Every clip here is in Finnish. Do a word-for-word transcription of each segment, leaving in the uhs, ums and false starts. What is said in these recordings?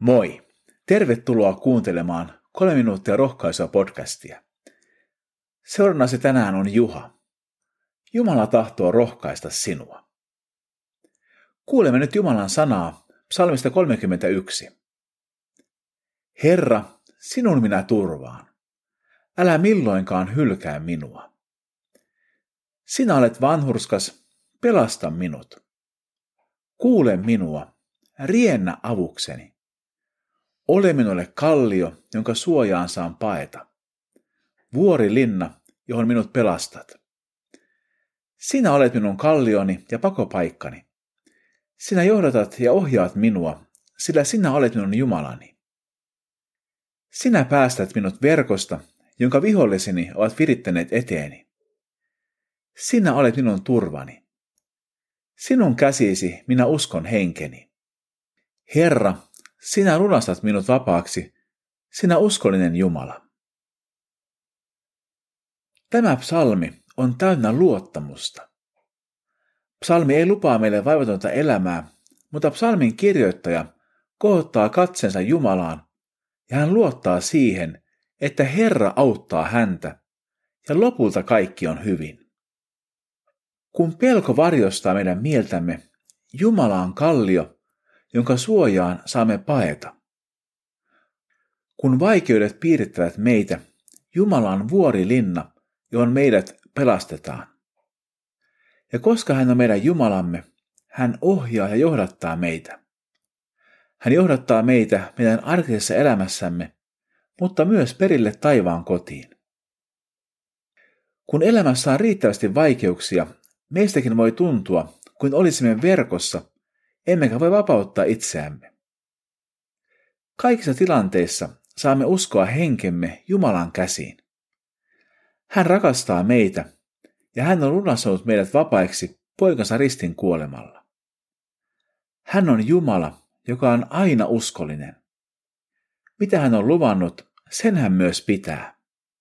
Moi! Tervetuloa kuuntelemaan kolme minuuttia rohkaisua podcastia. Seurannasi tänään on Juha. Jumala tahtoo rohkaista sinua. Kuulemme nyt Jumalan sanaa psalmista kolmekymmentäyksi. Herra, sinun minä turvaan. Älä milloinkaan hylkää minua. Sinä olet vanhurskas, pelasta minut. Kuule minua, riennä avukseni. Ole minulle kallio, jonka suojaan saan paeta. Vuorilinna, johon minut pelastat. Sinä olet minun kallioni ja pakopaikkani. Sinä johdatat ja ohjaat minua, sillä sinä olet minun Jumalani. Sinä päästät minut verkosta, jonka viholliseni ovat virittäneet eteeni. Sinä olet minun turvani. Sinun käsisi minä uskon henkeni. Herra, sinä lunastat minut vapaaksi, sinä uskollinen Jumala. Tämä psalmi on täynnä luottamusta. Psalmi ei lupaa meille vaivatonta elämää, mutta psalmin kirjoittaja kohottaa katsensa Jumalaan ja hän luottaa siihen, että Herra auttaa häntä ja lopulta kaikki on hyvin. Kun pelko varjostaa meidän mieltämme, Jumala on kallio, jonka suojaan saamme paeta. Kun vaikeudet piirittävät meitä, Jumala on vuorilinna, johon meidät pelastetaan. Ja koska hän on meidän Jumalamme, hän ohjaa ja johdattaa meitä. Hän johdattaa meitä meidän arkisessa elämässämme, mutta myös perille taivaan kotiin. Kun elämässä on riittävästi vaikeuksia, meistäkin voi tuntua, kuin olisimme verkossa, emmekä voi vapauttaa itseämme. Kaikissa tilanteissa saamme uskoa henkemme Jumalan käsiin. Hän rakastaa meitä ja hän on lunastanut meidät vapaiksi poikansa ristin kuolemalla. Hän on Jumala, joka on aina uskollinen. Mitä hän on luvannut, sen hän myös pitää.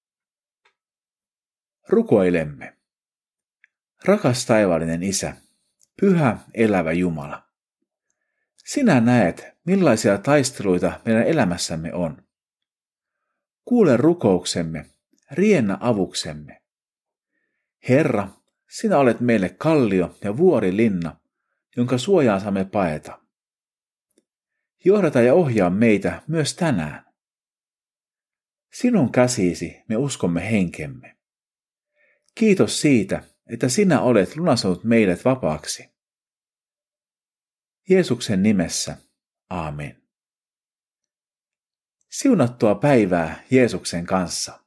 Rukoilemme. Rakas taivaallinen Isä, pyhä elävä Jumala. Sinä näet, millaisia taisteluita meidän elämässämme on. Kuule rukouksemme, riennä avuksemme. Herra, sinä olet meille kallio ja vuorilinna, jonka suojaan saamme paeta. Johdata ja ohjaa meitä myös tänään. Sinun käsisi me uskomme henkemme. Kiitos siitä, että sinä olet lunastanut meidät vapaaksi. Jeesuksen nimessä, aamen. Siunattua päivää Jeesuksen kanssa.